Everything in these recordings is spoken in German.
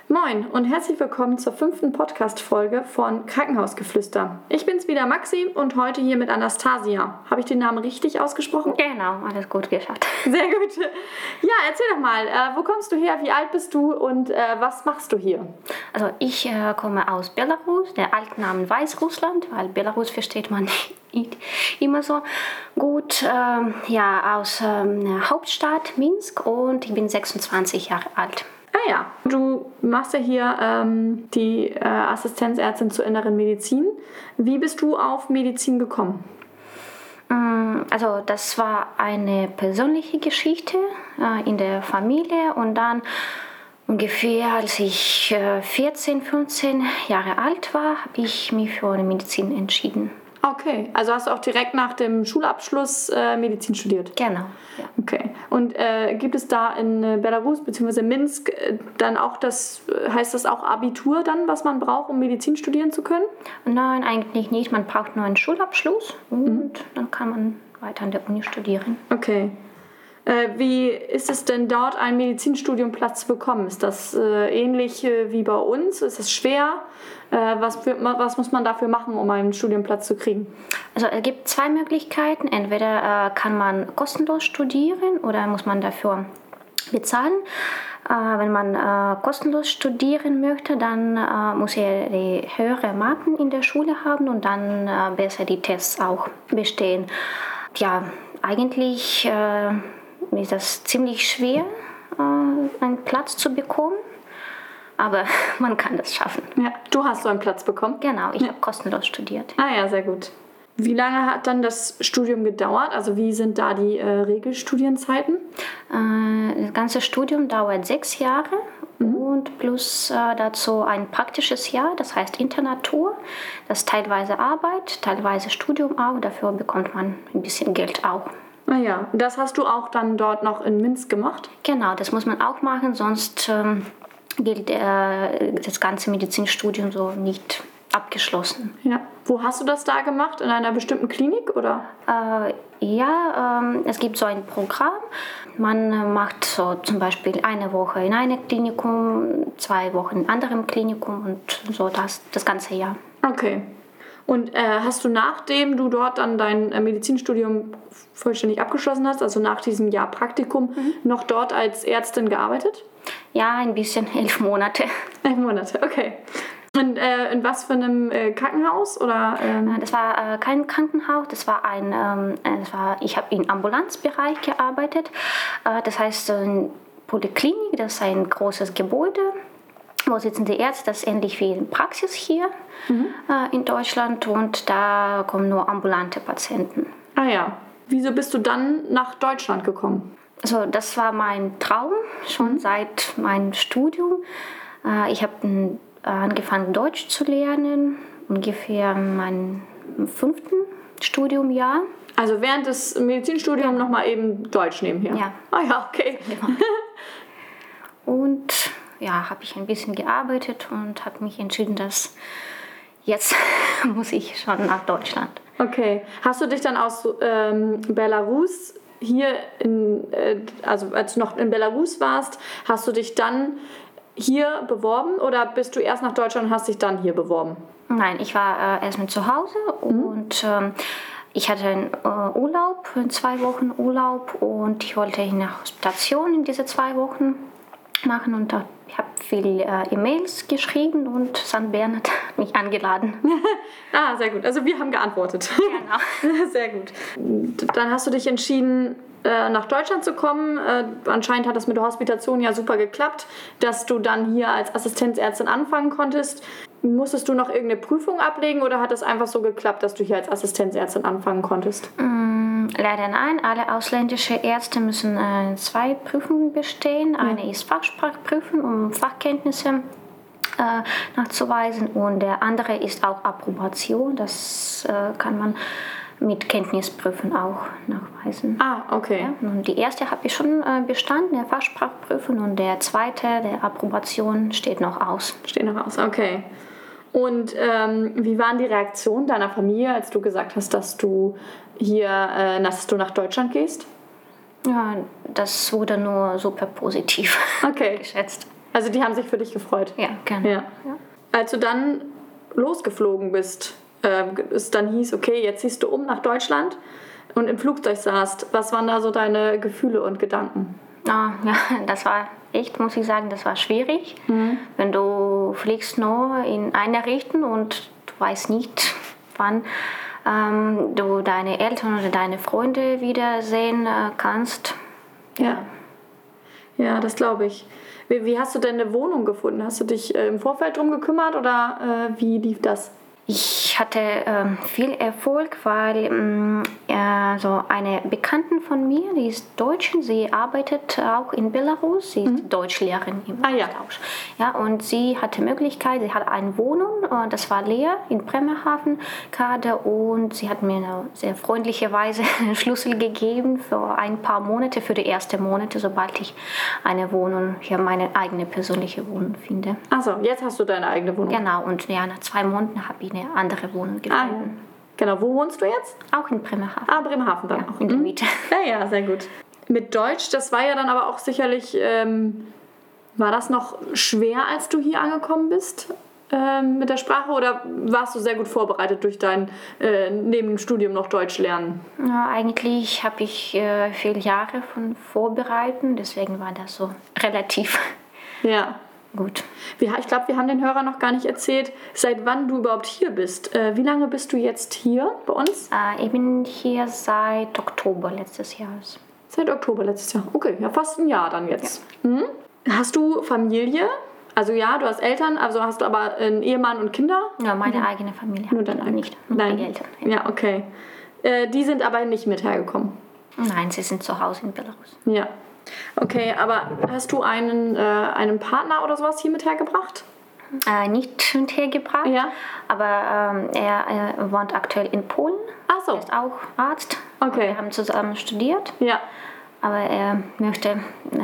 Moin und herzlich willkommen zur 5. Podcast-Folge von Krankenhausgeflüster. Ich bin's wieder, Maxi, und heute hier mit Anastasia. Habe ich den Namen richtig ausgesprochen? Genau, alles gut geschafft. Sehr gut. Ja, erzähl doch mal, wo kommst du her, wie alt bist du und was machst du hier? Also ich komme aus Belarus, der Altname Weißrussland, weil Belarus versteht man nicht immer so gut. Aus der Hauptstadt Minsk und ich bin 26 Jahre alt. Ah ja, du machst ja hier die Assistenzärztin zur inneren Medizin. Wie bist du auf Medizin gekommen? Also das war eine persönliche Geschichte in der Familie und dann ungefähr als ich 14, 15 Jahre alt war, habe ich mich für eine Medizin entschieden. Okay, also hast du auch direkt nach dem Schulabschluss Medizin studiert? Genau, ja. Okay, und gibt es da in Belarus bzw. Minsk dann auch heißt das auch Abitur dann, was man braucht, um Medizin studieren zu können? Nein, eigentlich nicht. Man braucht nur einen Schulabschluss und dann kann man weiter an der Uni studieren. Okay. Wie ist es denn dort, einen Medizinstudiumplatz zu bekommen? Ist das ähnlich wie bei uns? Ist es schwer? Was muss man dafür machen, um einen Studienplatz zu kriegen? Also es gibt zwei Möglichkeiten. Entweder kann man kostenlos studieren oder muss man dafür bezahlen. Wenn man kostenlos studieren möchte, dann muss er die höhere Marken in der Schule haben und dann besser die Tests auch bestehen. Ja, eigentlich ist das ziemlich schwer, einen Platz zu bekommen. Aber man kann das schaffen. Ja, du hast so einen Platz bekommen? Genau, ich habe kostenlos studiert. Ah ja, sehr gut. Wie lange hat dann das Studium gedauert? Also wie sind da die Regelstudienzeiten? Das ganze Studium dauert 6 Jahre und plus dazu ein praktisches Jahr, das heißt Internatur. Das ist teilweise Arbeit, teilweise Studium auch. Dafür bekommt man ein bisschen Geld auch. Ah ja, das hast du auch dann dort noch in Minsk gemacht? Genau, das muss man auch machen, sonst gilt das ganze Medizinstudium so nicht abgeschlossen. Ja. Wo hast du das da gemacht? In einer bestimmten Klinik oder? Es gibt so ein Programm. Man macht so zum Beispiel eine Woche in einem Klinikum, 2 Wochen in einem anderen Klinikum und so das ganze Jahr. Okay. Und hast du, nachdem du dort dann dein Medizinstudium vollständig abgeschlossen hast, also nach diesem Jahr Praktikum, noch dort als Ärztin gearbeitet? Ja, ein bisschen, 11 Monate. 11 Monate, okay. Und in was für einem Krankenhaus? Oder, Das war kein Krankenhaus, ich habe im Ambulanzbereich gearbeitet. Das heißt, eine Poliklinik, das ist ein großes Gebäude. Wo sitzen die Ärzte? Das ist ähnlich wie in Praxis hier in Deutschland und da kommen nur ambulante Patienten. Ah ja. Wieso bist du dann nach Deutschland gekommen? Also das war mein Traum schon seit meinem Studium. Ich habe angefangen Deutsch zu lernen, ungefähr mein 5. Studiumjahr. Also während des Medizinstudiums nochmal eben Deutsch nebenher? Ja. Ah ja, okay. Genau. Und ja, habe ich ein bisschen gearbeitet und habe mich entschieden, dass jetzt muss ich schon nach Deutschland. Okay. Hast du dich dann aus Belarus hier, also als du noch in Belarus warst, hast du dich dann hier beworben oder bist du erst nach Deutschland und hast dich dann hier beworben? Nein, ich war erstmal zu Hause und ich hatte einen Urlaub, 2 Wochen Urlaub und ich wollte eine Hospitation in diese 2 Wochen machen und ich habe viele E-Mails geschrieben und St. Bernhard hat mich eingeladen. Ah, sehr gut. Also wir haben geantwortet. Genau. Sehr gut. Dann hast du dich entschieden, nach Deutschland zu kommen. Anscheinend hat das mit der Hospitation ja super geklappt, dass du dann hier als Assistenzärztin anfangen konntest. Musstest du noch irgendeine Prüfung ablegen oder hat es einfach so geklappt, dass du hier als Assistenzärztin anfangen konntest? Leider nein. Alle ausländischen Ärzte müssen 2 Prüfungen bestehen. Eine ist Fachsprachprüfung, um Fachkenntnisse nachzuweisen und der andere ist auch Approbation. Das kann man mit Kenntnisprüfen auch nachweisen. Ah, okay. Ja, und die erste habe ich schon bestanden, der Fachsprachprüfung, und der zweite, der Approbation, steht noch aus. Steht noch aus, okay. Und wie waren die Reaktionen deiner Familie, als du gesagt hast, dass du nach Deutschland gehst? Ja, das wurde nur super positiv Okay. geschätzt. Also die haben sich für dich gefreut? Ja, gerne. Ja. Als du dann losgeflogen bist, es dann hieß, okay, jetzt ziehst du um nach Deutschland und im Flugzeug saßt, was waren da so deine Gefühle und Gedanken? Ja, das war echt, muss ich sagen, das war schwierig. Wenn du fliegst nur in eine Richtung und du weißt nicht, wann du deine Eltern oder deine Freunde wiedersehen kannst. Ja, das glaube ich. Wie hast du denn eine Wohnung gefunden? Hast du dich im Vorfeld drum gekümmert oder wie lief das? Ich hatte viel Erfolg, weil so eine Bekannte von mir, die ist Deutsche, sie arbeitet auch in Belarus, sie ist Deutschlehrerin im Austausch. Ja, und sie hatte Möglichkeit, sie hatte eine Wohnung, das war leer in Bremerhaven gerade, und sie hat mir eine sehr freundliche Weise einen Schlüssel gegeben für ein paar Monate, für die ersten Monate, sobald ich eine Wohnung, hier meine eigene persönliche Wohnung finde. Achso, jetzt hast du deine eigene Wohnung. Genau, und ja, nach 2 Monaten habe ich eine andere Wohnung gefunden. Genau, wo wohnst du jetzt? Auch in Bremerhaven. Bremerhaven dann. Ja, in der Miete. Ja, sehr gut. Mit Deutsch, das war ja dann aber auch sicherlich, war das noch schwer, als du hier angekommen bist mit der Sprache, oder warst du sehr gut vorbereitet durch dein neben dem Studium noch Deutsch lernen? Ja, eigentlich habe ich viele Jahre von vorbereiten, deswegen war das so relativ gut. Ich glaube, wir haben den Hörern noch gar nicht erzählt, seit wann du überhaupt hier bist. Wie lange bist du jetzt hier bei uns? Ich bin hier seit Oktober letztes Jahres. Seit Oktober letztes Jahr. Okay, ja, fast ein Jahr dann jetzt. Ja. Hast du Familie? Also ja, du hast Eltern, also hast du aber einen Ehemann und Kinder? Ja, meine eigene Familie. Nur deine eigene? Nicht, nur meine Eltern. Ja, okay. Die sind aber nicht mit hergekommen? Nein, sie sind zu Hause in Belarus. Ja. Okay, aber hast du einen Partner oder sowas hier mit hergebracht? Nicht mit hergebracht, aber er wohnt aktuell in Polen. Ach so. Er ist auch Arzt. Okay. Wir haben zusammen studiert. Ja. Aber er möchte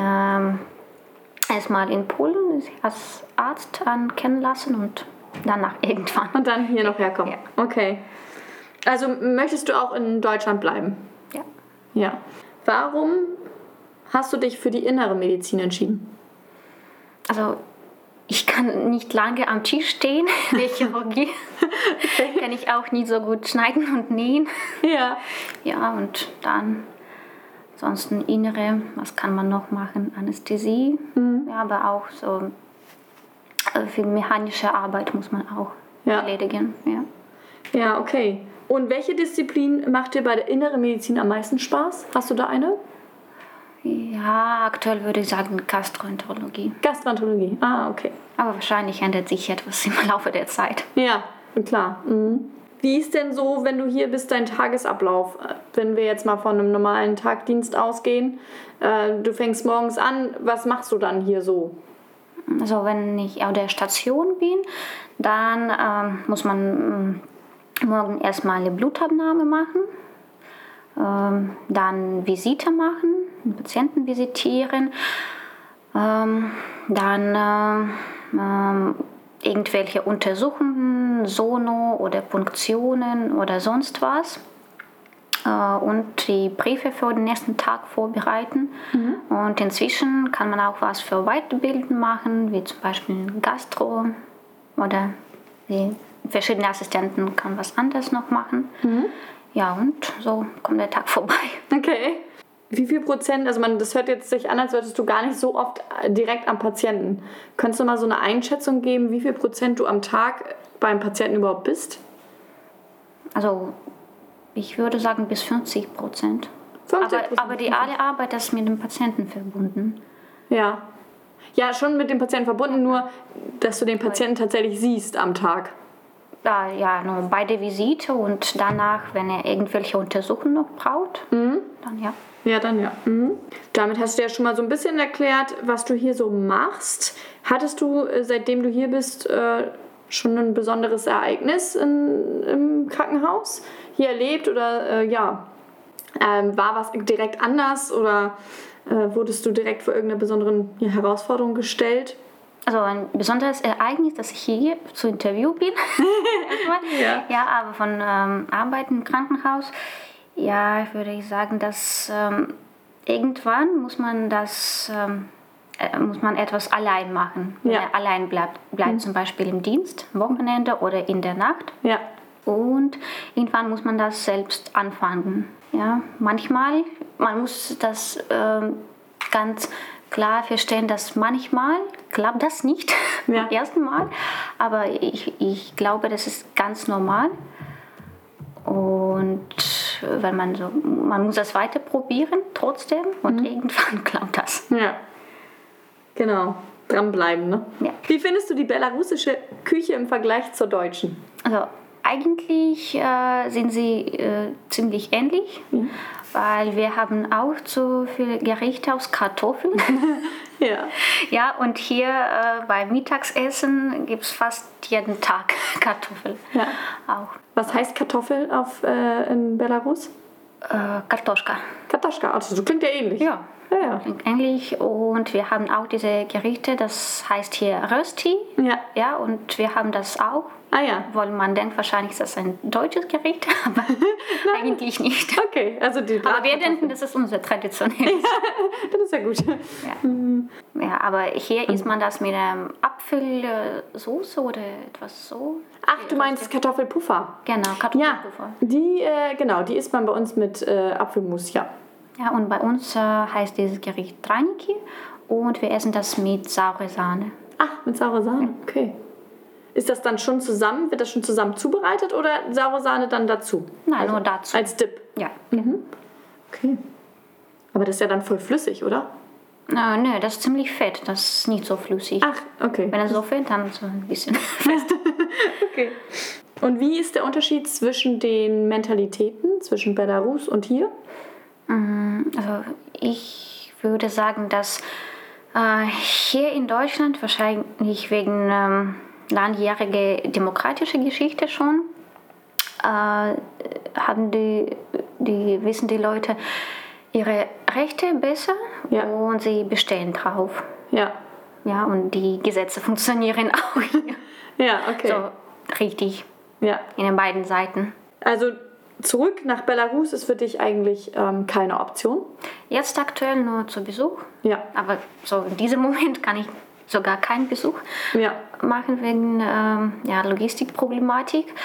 erstmal in Polen sich als Arzt kennen lassen und danach irgendwann. Und dann hier noch herkommen? Ja. Okay. Also möchtest du auch in Deutschland bleiben? Ja. Ja. Warum hast du dich für die innere Medizin entschieden? Also ich kann nicht lange am Tisch stehen in der Chirurgie. Kann ich auch nie so gut schneiden und nähen. Ja. Ja, und dann ansonsten Innere, was kann man noch machen? Anästhesie, ja, aber auch so für mechanische Arbeit muss man auch erledigen. Ja. Ja, okay. Und welche Disziplin macht dir bei der inneren Medizin am meisten Spaß? Hast du da eine? Ja, aktuell würde ich sagen Gastroenterologie. Gastroenterologie, okay. Aber wahrscheinlich ändert sich etwas im Laufe der Zeit. Ja, klar. Wie ist denn so, wenn du hier bist, dein Tagesablauf? Wenn wir jetzt mal von einem normalen Tagdienst ausgehen, du fängst morgens an, was machst du dann hier so? Also wenn ich auf der Station bin, dann muss man morgen erstmal eine Blutabnahme machen, dann Visite machen, Patienten visitieren, dann irgendwelche Untersuchungen, Sono oder Punktionen oder sonst was. Und die Briefe für den nächsten Tag vorbereiten. Und inzwischen kann man auch was für Weiterbilden machen, wie zum Beispiel Gastro, oder die verschiedene Assistenten kann was anderes noch machen. Ja, und so kommt der Tag vorbei. Okay. Wie viel Prozent, also das hört jetzt sich an, als würdest du gar nicht so oft direkt am Patienten. Könntest du mal so eine Einschätzung geben, wie viel Prozent du am Tag beim Patienten überhaupt bist? Also ich würde sagen bis 50%. 50%. Aber die alle Arbeit ist mit dem Patienten verbunden. Ja. Ja, schon mit dem Patienten verbunden, nur dass du den Patienten tatsächlich siehst am Tag. Ja, nur bei der Visite und danach, wenn er irgendwelche Untersuchungen noch braucht, dann ja. Ja, dann ja. Damit hast du ja schon mal so ein bisschen erklärt, was du hier so machst. Hattest du, seitdem du hier bist, schon ein besonderes Ereignis im Krankenhaus hier erlebt? Oder war was direkt anders? Oder wurdest du direkt vor irgendeiner besonderen Herausforderung gestellt? Also ein besonderes Ereignis, dass ich hier zu Interview bin. Ja, aber von Arbeiten im Krankenhaus, ja, würde ich sagen, dass irgendwann muss man das muss man etwas allein machen. Wenn er allein bleibt zum Beispiel im Dienst, am Wochenende oder in der Nacht. Ja. Und irgendwann muss man das selbst anfangen. Ja, manchmal, man muss das ganz klar verstehen, dass manchmal klappt das nicht beim ersten Mal. Aber ich glaube, das ist ganz normal. Und wenn man muss das weiter probieren trotzdem und irgendwann klappt das. Ja, genau. Dranbleiben, ne? Ja. Wie findest du die belarussische Küche im Vergleich zur deutschen? Also eigentlich sind sie ziemlich ähnlich, weil wir haben auch so viele Gerichte aus Kartoffeln. Ja. Ja, und hier beim Mittagsessen gibt es fast jeden Tag Kartoffeln. Ja. Auch. Was heißt Kartoffel in Belarus? Kartoschka. Kartoschka, also so klingt ja ähnlich. Ja. Ja. Klingt ähnlich. Und wir haben auch diese Gerichte, das heißt hier Rösti. Ja. Ja, und wir haben das auch. Ah ja. Weil man denkt wahrscheinlich, das ist ein deutsches Gericht, aber eigentlich nicht. Okay, also die Aber wir denken, das ist unser traditionelles. Das ist ja gut. Ja, aber hier isst man das mit einem Apfelsoße oder etwas so. Ach, du meinst Kartoffelpuffer. Genau, Kartoffelpuffer. Ja, die isst man bei uns mit Apfelmus, ja. Ja, und bei uns heißt dieses Gericht Draniki und wir essen das mit saurer Sahne. Ach, mit saurer Sahne, okay. Ist das dann schon zusammen, wird das schon zusammen zubereitet oder saure Sahne dann dazu? Nein, nur dazu. Als Dip? Ja. Okay. Aber das ist ja dann voll flüssig, oder? Nö, das ist ziemlich fett, das ist nicht so flüssig. Ach, okay. Wenn es so fett, dann so ein bisschen fest. Okay. Und wie ist der Unterschied zwischen den Mentalitäten, zwischen Belarus und hier? Also ich würde sagen, dass hier in Deutschland wahrscheinlich wegen langjährige demokratische Geschichte schon wissen die Leute ihre Rechte besser und sie bestehen drauf. Ja. Ja, und die Gesetze funktionieren auch hier. Ja, okay. So richtig. Ja. In den beiden Seiten. Also zurück nach Belarus ist für dich eigentlich keine Option? Jetzt aktuell nur zu Besuch. Ja. Aber so in diesem Moment kann ich sogar keinen Besuch machen wegen Logistikproblematik.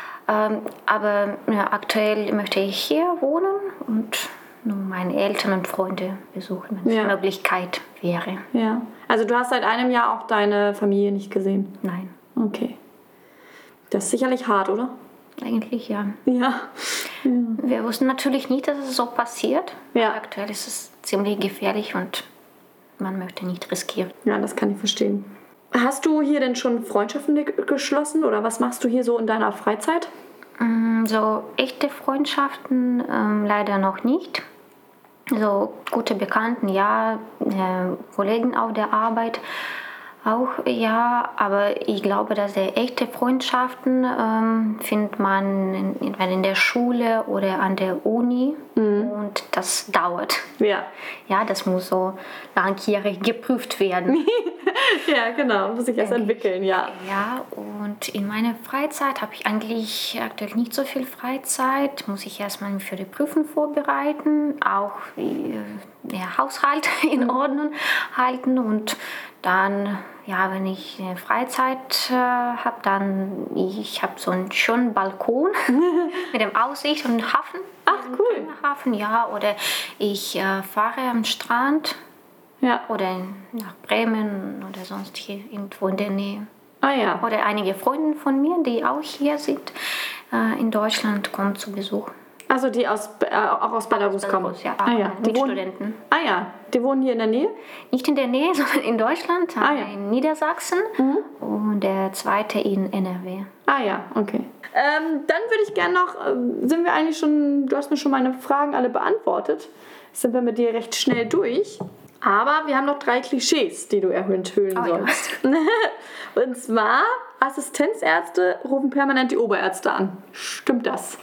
Aber aktuell möchte ich hier wohnen und nur meine Eltern und Freunde besuchen, wenn es eine Möglichkeit wäre. Ja. Also du hast seit einem Jahr auch deine Familie nicht gesehen? Nein. Okay. Das ist sicherlich hart, oder? Eigentlich ja. Ja. Wir wussten natürlich nicht, dass es so passiert. Ja. Aktuell ist es ziemlich gefährlich und man möchte nicht riskieren. Ja, das kann ich verstehen. Hast du hier denn schon Freundschaften geschlossen oder was machst du hier so in deiner Freizeit? So echte Freundschaften leider noch nicht. So gute Bekannten, ja, Kollegen auf der Arbeit auch, ja, aber ich glaube, dass echte Freundschaften findet man entweder in der Schule oder an der Uni und das dauert. Ja. Ja, das muss so langjährig geprüft werden. Ja, genau, muss sich erst entwickeln, ja. Ja, und in meiner Freizeit habe ich eigentlich aktuell nicht so viel Freizeit. Muss ich erstmal für die Prüfung vorbereiten, auch der Haushalt in Ordnung halten und dann, ja, wenn ich Freizeit habe, dann ich habe so einen schönen Balkon mit dem Aussicht und einem Hafen. Ach, cool. Hafen, ja, oder ich fahre am Strand. Ja. Oder nach Bremen oder sonst hier irgendwo in der Nähe. Ah ja. Oder einige Freunde von mir, die auch hier sind, in Deutschland, kommen zu Besuch. Also die auch aus Belarus kommen? Ja, ja. Mitstudenten. Ah ja, die wohnen hier in der Nähe? Nicht in der Nähe, sondern in Deutschland, in Niedersachsen und der zweite in NRW. Ah ja, okay. Dann würde ich gerne noch, du hast mir schon meine Fragen alle beantwortet, sind wir mit dir recht schnell durch. Aber wir haben noch 3 Klischees, die du enthüllen sollst. Ja. Und zwar, Assistenzärzte rufen permanent die Oberärzte an. Stimmt das?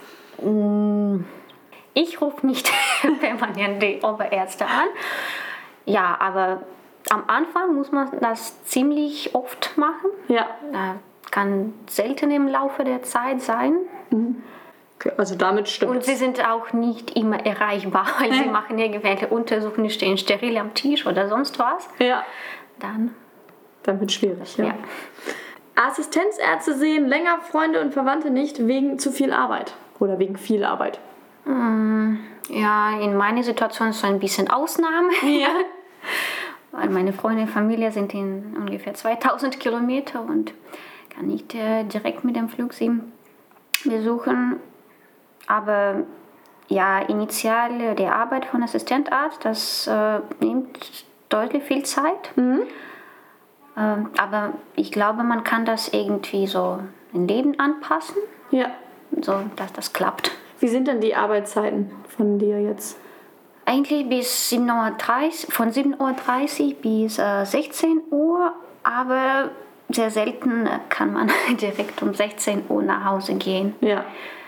Ich rufe nicht permanent die Oberärzte an. Ja, aber am Anfang muss man das ziemlich oft machen. Ja. Kann selten im Laufe der Zeit sein. Okay, also damit stimmt. Und sie sind auch nicht immer erreichbar, weil sie machen irgendwelche Untersuchungen, stehen steril am Tisch oder sonst was. Ja. Dann wird es schwierig, ja. Ja. Assistenzärzte sehen länger Freunde und Verwandte nicht wegen zu viel Arbeit oder wegen viel Arbeit. Ja, in meiner Situation ist es ein bisschen Ausnahme. Ja. Weil meine Freunde und Familie sind in ungefähr 2000 Kilometer und kann nicht direkt mit dem Flug sie besuchen. Aber ja, initial die Arbeit von Assistentarzt, das nimmt deutlich viel Zeit. Aber ich glaube, man kann das irgendwie so im Leben anpassen, Ja. so dass das klappt. Wie sind denn die Arbeitszeiten von dir jetzt? Eigentlich bis 7:30 Uhr, von 7:30 Uhr bis 16 Uhr, aber sehr selten kann man direkt um 16 Uhr nach Hause gehen. Ja.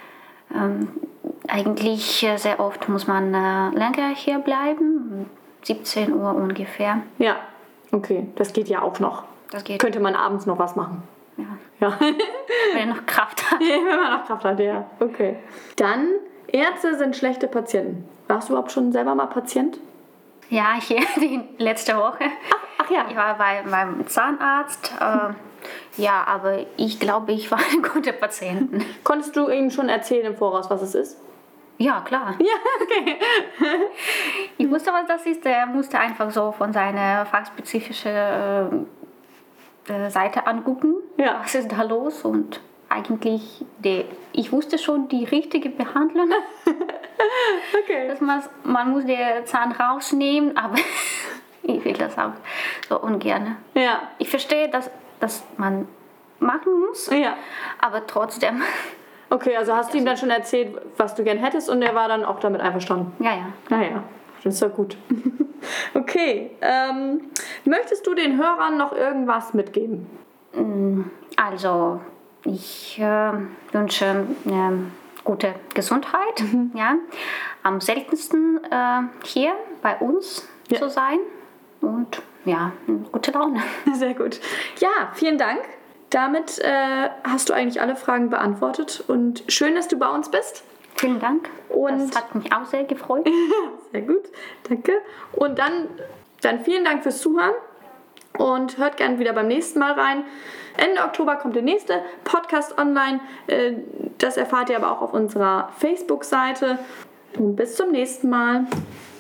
Eigentlich sehr oft muss man länger hier bleiben, 17 Uhr ungefähr. Ja. Okay, das geht ja auch noch. Das geht. Könnte man abends noch was machen? Ja. Ja. Wenn er noch Kraft hat. Wenn man noch Kraft hat, ja. Okay. Dann, Ärzte sind schlechte Patienten. Warst du überhaupt schon selber mal Patient? Ja, hier die letzte Woche. Ach ja. Ich war beim Zahnarzt. Ja, aber ich glaube, ich war ein guter Patient. Konntest du ihm schon erzählen im Voraus, was es ist? Ja, klar. Ja, okay. Ich wusste, was das ist. Er musste einfach so von seiner fachspezifischen Seite angucken, Ja. was ist da los. Und eigentlich, ich wusste schon die richtige Behandlung. Okay. Dass man muss den Zahn rausnehmen, aber ich will das auch so ungern. Ja. Ich verstehe, dass man machen muss, Ja. aber trotzdem. Okay, also hast du ihm dann schon erzählt, was du gern hättest und er war dann auch damit einverstanden? Ja, ja. Naja, das ist ja gut. Okay, möchtest du den Hörern noch irgendwas mitgeben? Also, ich wünsche gute Gesundheit. Ja. Am seltensten hier bei uns zu sein und ja, gute Laune. Sehr gut. Ja, vielen Dank. Damit hast du eigentlich alle Fragen beantwortet und schön, dass du bei uns bist. Vielen Dank. Und das hat mich auch sehr gefreut. Sehr gut, danke. Und dann vielen Dank fürs Zuhören und hört gerne wieder beim nächsten Mal rein. Ende Oktober kommt der nächste Podcast online. Das erfahrt ihr aber auch auf unserer Facebook-Seite. Und bis zum nächsten Mal.